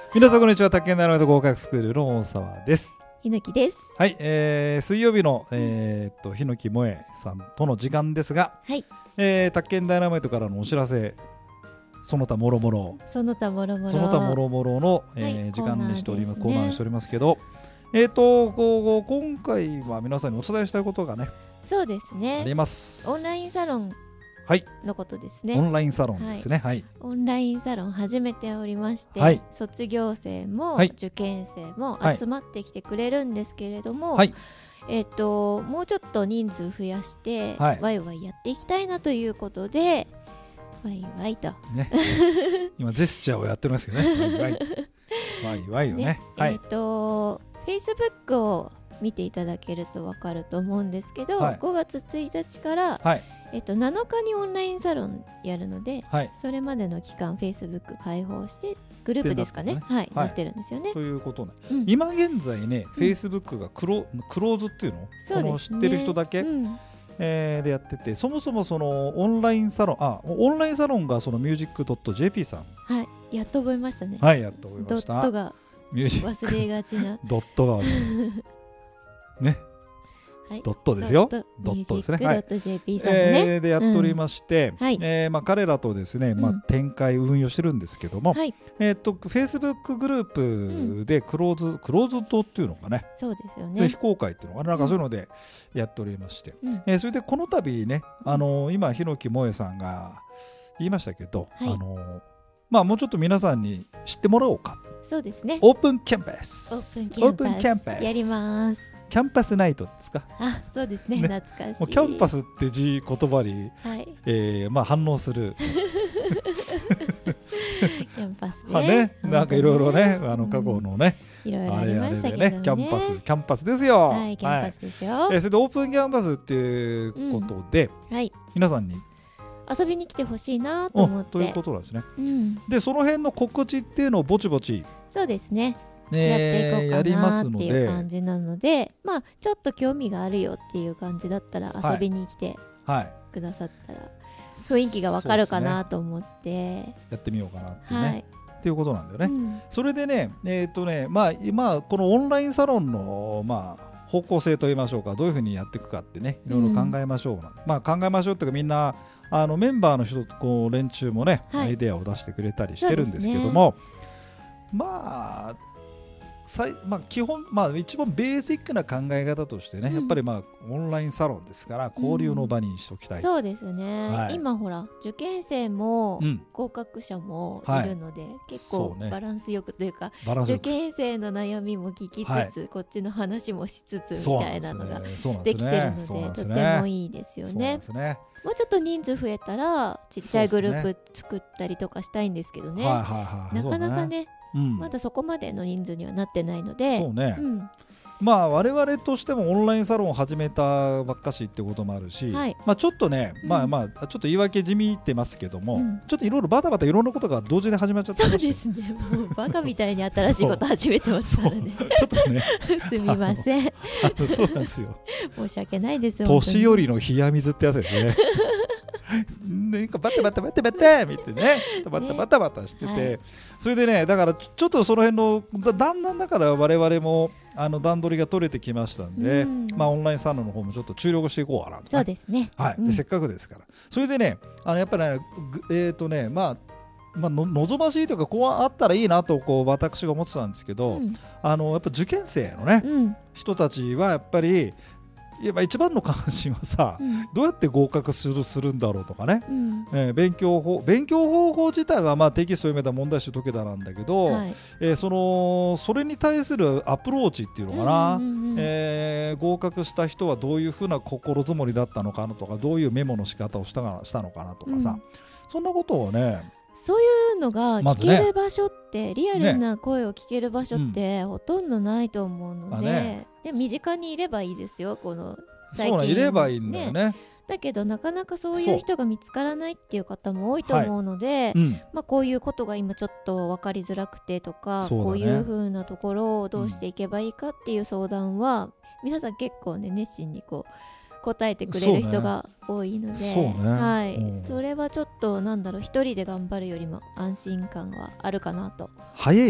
皆さんこんにちは。宅建ダイナマイト合格スクールの大沢です。 ひのきです。 はい、水曜日のひのきもえさんとの時間ですが、 はい、 宅建ダイナマイトからのお知らせ、その他もろもろの、時間にしております、コーナーにしておりますけど、今回は皆さんにお伝えしたいことがね、 そうですね、 あります。 オンラインサロンのことですね。 オンラインサロンですね。はい。 オンラインサロン始めておりまして、 はい、 卒業生も、受験生も集まってきてくれるんですけれども、はい、もうちょっと人数増やして、ワイワイやっていきたいなということで、ワイワイと、ね、 今ジェスチャーをやってますけどね。ワイワイをね。 Facebook を見ていただけると分かると思うんですけど、5月1日から、7日にオンラインサロンやるので、それまでの期間 Facebook 開放してグループですかね、なってるんですよね。 ということね、今現在ね Facebook がクローズっていうの、この知ってる人だけ、でやってて、そもそもそのオンラインサロンがその music.jp さん、 やっと覚えましたね。 やっと覚えました。 ドットが忘れがちなドットがね、ドットですよ。 ドットですね。.jp さんね、 でやっておりまして、彼らとですね、展開運用してるんですけども、Facebook グループでクローズドっていうのがね、 そうですよね。 非公開っていうのがなんかそういうのでやっておりまして、それでこの度ね、今日野木萌さんが言いましたけど、もうちょっと皆さんに知ってもらおうか。 そうですね。 オープンキャンパスやります。 キャンパスナイトですか。 そうですね。懐かしい。 キャンパスって言葉に、反応する。 キャンパスね。 なんかいろいろね、過去のね、 いろいろありましたけどね。 キャンパスですよ。 キャンパスですよ。 それでオープンキャンパスっていうことで、皆さんに遊びに来てほしいなと思って。 ということなんですね。で、その辺の告知っていうのをぼちぼち。 そうですね。やっていこうかなっていう感じなので、ちょっと興味があるよっていう感じだったら遊びに来てくださったら雰囲気がわかるかなと思ってやってみようかなってね、っていうことなんだよね。それでね、今このオンラインサロンの方向性といいましょうか、どういうふうにやっていくかってね、いろいろ考えましょう。考えましょうっていうか、みんなメンバーの人と連中もね、アイデアを出してくれたりしてるんですけども、基本、一番ベーシックな考え方としてね、やっぱりオンラインサロンですから交流の場にしておきたい。 そうですね。今ほら受験生も合格者もいるので、結構バランスよくというか、受験生の悩みも聞きつつ、こっちの話もしつつみたいなのができてるので、とてもいいですよね。もうちょっと人数増えたらちっちゃいグループ作ったりとかしたいんですけどね、なかなかね、まだそこまでの人数にはなってないので、我々としてもオンラインサロンを始めたばっかしってこともあるし、ちょっとね、ちょっと言い訳じみってますけども、ちょっといろいろバタバタいろんなことが同時で始まっちゃってました。 そうですね。もうバカみたいに新しいこと始めてますからね。 ちょっとねすみません。 そうなんですよ。 申し訳ないですよ。 年寄りの冷や水ってやつですね。バタバタバタバタ見てね、バタバタしてて、それでね、だからちょっとその辺のだんだんだから我々も段取りが取れてきましたんで、オンラインサロンの方もちょっと注力していこうかなと。 そうですね。 でせっかくですから、それでね、やっぱりね、望ましいというか、こうあったらいいなと私が思ってたんですけど、やっぱ受験生のね、人たちはやっぱり一番の関心はさ、どうやって合格するんだろうとかね、勉強方法自体はテキスト読めた問題集解けたなんだけど、それに対するアプローチっていうのかな、合格した人はどういうふうな心づもりだったのかなとか、どういうメモの仕方をしたのかなとかさ、そんなことをね、 そういうのが聞ける場所って、リアルな声を聞ける場所ってほとんどないと思うので、身近にいればいいですよ、この最近。 いればいいんだよね。 だけどなかなかそういう人が見つからないっていう方も多いと思うので、こういうことが今ちょっと分かりづらくてとか、こういう風なところをどうしていけばいいかっていう相談は、皆さん結構ね、熱心に答えてくれる人が多いので、それはちょっと一人で頑張るよりも安心感はあるかなと。 早いよ。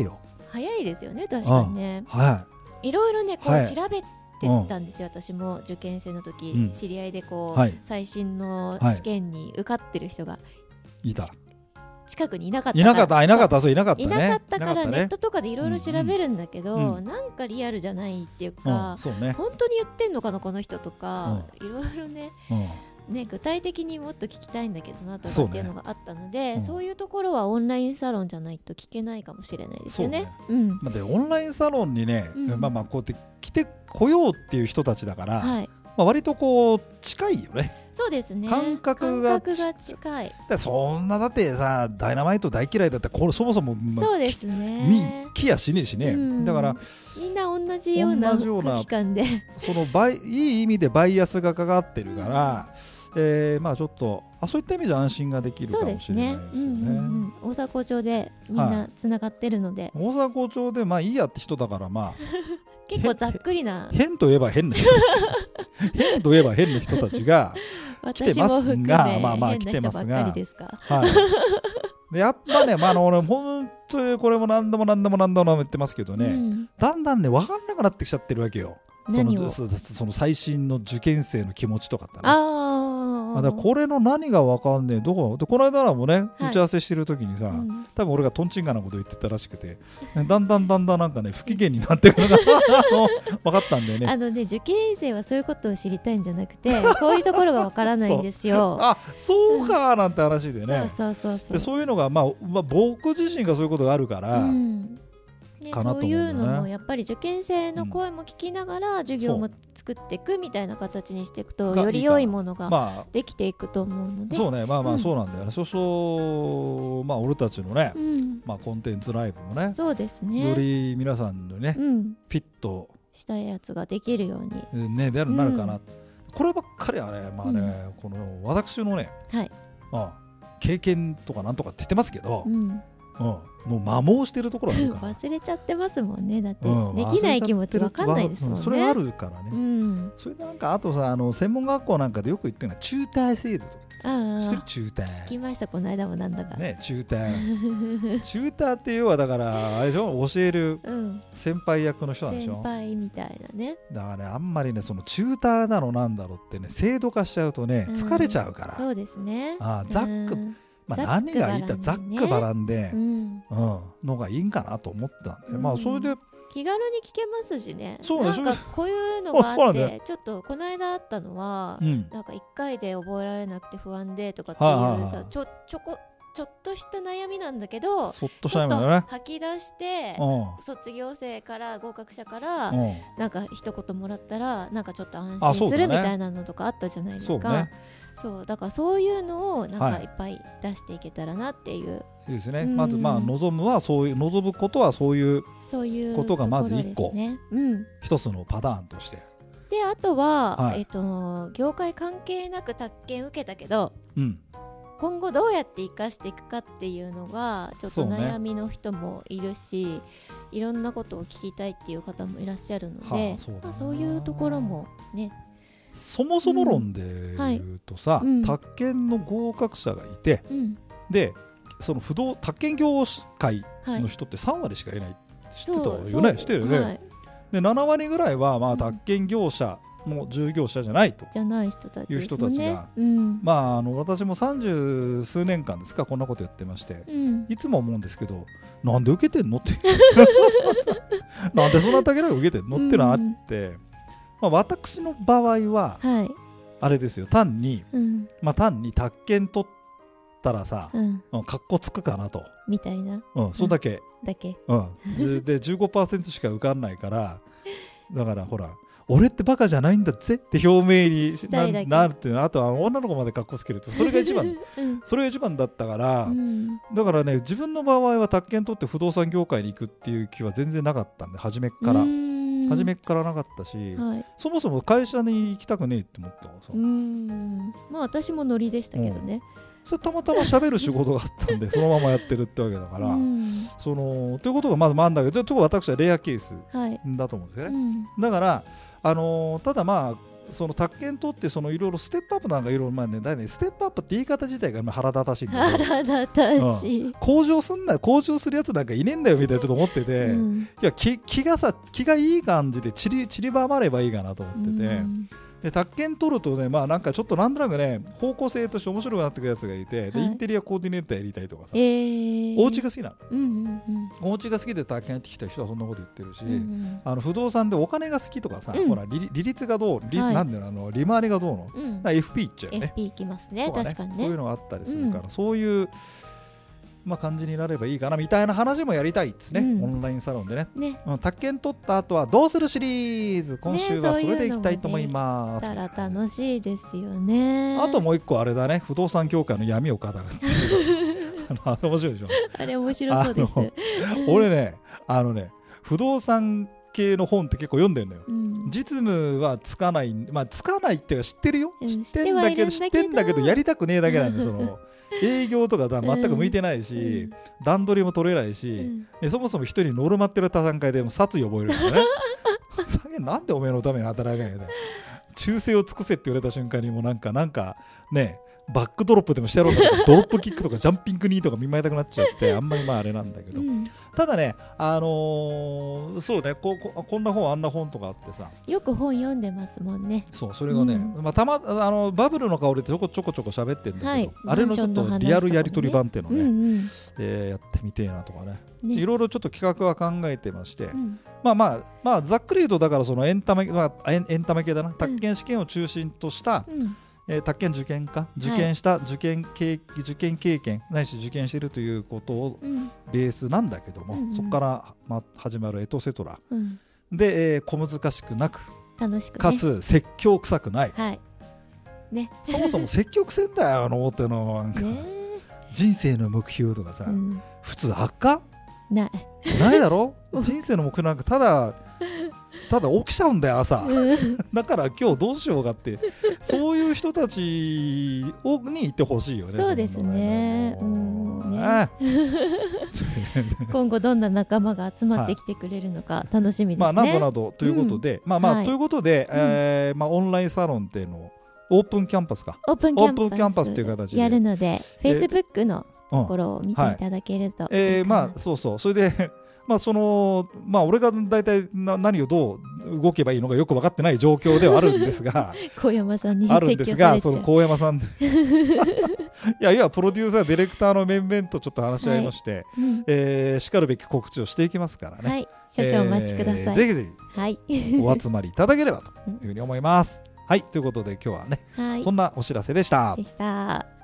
早いですよね、確かにね。いろいろねこう調べてたんですよ、私も受験生の時、知り合いでこう、最新の試験に受かってる人がいた。 近くにいなかったからいなかったからネットとかでいろいろ調べるんだけど、なんかリアルじゃないっていうか、本当に言ってんのかなこの人とか、いろいろね、具体的にもっと聞きたいんだけどなとかっていうのがあったので、そういうところはオンラインサロンじゃないと聞けないかもしれないですよね。 でオンラインサロンにね、こうやって来てこようっていう人たちだから、割とこう近いよね。 そうですね、 感覚が近い。 そんなだってさ、ダイナマイト大嫌いだったらこれそもそも、 そうですね、 来やしねえしね、だからみんな同じような空気感でそのいい意味でバイアスがかかってるから、まあちょっとそういった意味で安心ができるかもしれないですよね。 大阪町でみんなつながってるので、 大阪町でまあいいやって人だからまあ結構ざっくりな変といえば変な人たち変といえば変な人たちが来てますが、まあ来てますが、でやっぱね、俺本当にこれも何度も言ってますけどね、だんだんね分かんなくなってきちゃってるわけよ。その最新の受験生の気持ちとかってね。だからこれの何が分かんねえ、どこでこの間もね、打ち合わせしてる時にさ、多分俺がトンチンカンなこと言ってたらしくて、だんだんなんかね不機嫌になってくるのが分かったんだよね。 受験生はそういうことを知りたいんじゃなくて、こういうところが分からないんですよ。 そうかなんて話でね。 そういうのが僕自身がそういうことがあるから。 そういうのもやっぱり受験生の声も聞きながら授業も作っていくみたいな形にしていくと、より良いものができていくと思うので、 そうね、そうなんだよね。そう俺たちのね、コンテンツライブもね、 そうですね、 より皆さんのね、フィットしたやつができるようにねなるかな。こればっかりはね、この私のね、経験とかなんとかって言ってますけど、もう摩耗してるところあるから忘れちゃってますもんね。だってできない気持ち分かんないですもんね。 それあるからね。それなんかあとさ、専門学校なんかでよく言ってるのはチューター制度とかしてる。チューター聞きました、この間もなんだかね。チューターチューターって要はだからあれでしょ、教える先輩役の人なんでしょ。 先輩みたいなね。 だからね、あんまりねそのチューターだろなんだろってね制度化しちゃうとね疲れちゃうから。 そうですね。 ざっく何がいいってざっくばらんでのがいいんかなと思ったんで、それで気軽に聞けますしね。なんかこういうのがあって、ちょっとこの間あったのは、なんか1回で覚えられなくて不安でとかっていうさ、ちょっとした悩みなんだけど、ちょっと吐き出して卒業生から合格者からなんか一言もらったらなんかちょっと安心するみたいなのとかあったじゃないですか。そうだからそういうのをなんかいっぱい出していけたらなっていう。 いいですね。まず望むことはそういうことがまず1個、一つのパターンとして。 であとは業界関係なく宅建受けたけど、今後どうやって生かしていくかっていうのがちょっと悩みの人もいるし、いろんなことを聞きたいっていう方もいらっしゃるので、そういうところもね。 そもそも論で言うとさ、宅建の合格者がいて、でその宅建業界の人って3割しかいない、知ってたよね。してるよね。で7割ぐらいは宅建業者の従業者じゃないという人たちが、私も30数年間ですかこんなことやってまして、いつも思うんですけど、なんで受けてんのってなんでそんなだけ受けてんのってのはあって、私の場合はあれですよ、単に宅建取ったらさかっこつくかなとみたいな、 そんだけで 15% しか受かんないから、だからほら俺ってバカじゃないんだぜって表明になるっていうのは、あとは女の子までかっこつけると、それが一番それが一番だったから、だからね自分の場合は宅建取って不動産業界に行くっていう気は全然なかったんで、初めっからなかったし、そもそも会社に行きたくねえって思ったからさ。 私もノリでしたけどね。 それたまたま喋る仕事があったんでそのままやってるってわけだから、ということがまずあるんだけど、私はレアケースだと思うんですよね。だからただその宅建取っていろいろステップアップなんかいろいろ、まあね、だいねステップアップって言い方自体が腹立たしいんだけど、 腹立たしい、 向上するやつなんかいねえんだよみたいなちょっと思ってて、いや気がいい感じで散りばまればいいかなと思ってて、で宅建取るとね、まあなんかちょっとなんとなくね方向性として面白くなってくるやつがいて、でインテリアコーディネーターやりたいとかさ、お家が好きなの、お家が好きで宅建やってきた人はそんなこと言ってるし、不動産でお金が好きとかさ、ほら利率がどう、なんだよ利回りがどうの、FP いっちゃうよね。 FP いきますね、確かにね。 そういうのがあったりするから、そういう感じになればいいかなみたいな話もやりたいですね、オンラインサロンでね。宅建取った後はどうするシリーズ、今週はそれでいきたいと思います。 楽しいですよね。 あともう一個あれだね、不動産協会の闇を語るっていう面白いでしょ。 あれ面白そうです。 俺ね不動産系の本って結構読んでるのよ、実務はつかない、つかないっていうか知ってるよ、知ってんだけどやりたくねえだけなんで、その営業とか全く向いてないし、段取りも取れないし、そもそも一人ノルマってる段階でも殺意覚えるからねなんでおめえのために働かないんだよ、忠誠を尽くせって言われた瞬間にもうなんかねバックドロップでもしてやろうかとかドロップキックとかジャンピングニーとか見舞いたくなっちゃってあんまりあれなんだけど、ただねそうね、こんな本あんな本とかあってさ、 よく本読んでますもんね。 そう、それがね、バブルの香りってちょこちょこ喋ってるんだけど、あれのちょっとリアルやり取り版っていうのね、やってみてえなとかね、いろいろちょっと企画は考えてまして、ざっくり言うとだからそのエンタメ系だな、宅建試験を中心とした宅建受験した受験経験ないし受験しているということをベースなんだけども、そこから始まるエトセトラで小難しくなく楽しく、 かつ説教臭くない、そもそも説教臭いんだよ大手のなんか人生の目標とかさ、普通あっかないだろ人生の目標なんかただ起きちゃうんだよ朝だから今日どうしようかってそういう人たちにいてほしいよね。 そうですね。今後どんな仲間が集まってきてくれるのか楽しみですね。 などなどということで、ということで、オンラインサロンっていうのをオープンキャンパスオープンキャンパスという形でやるので、Facebook のところを見ていただけるといいかな。 そうそれで俺が大体何をどう動けばいいのかよく分かってない状況ではあるんですが高山さんにあるんですが、その高山さんいやプロデューサーディレクターの面々とちょっと話し合いまして、しかるべき告知をしていきますからね、 少々お待ちください。 ぜひぜひお集まりいただければというふうに思います。はい、ということで今日はね、そんなお知らせでした。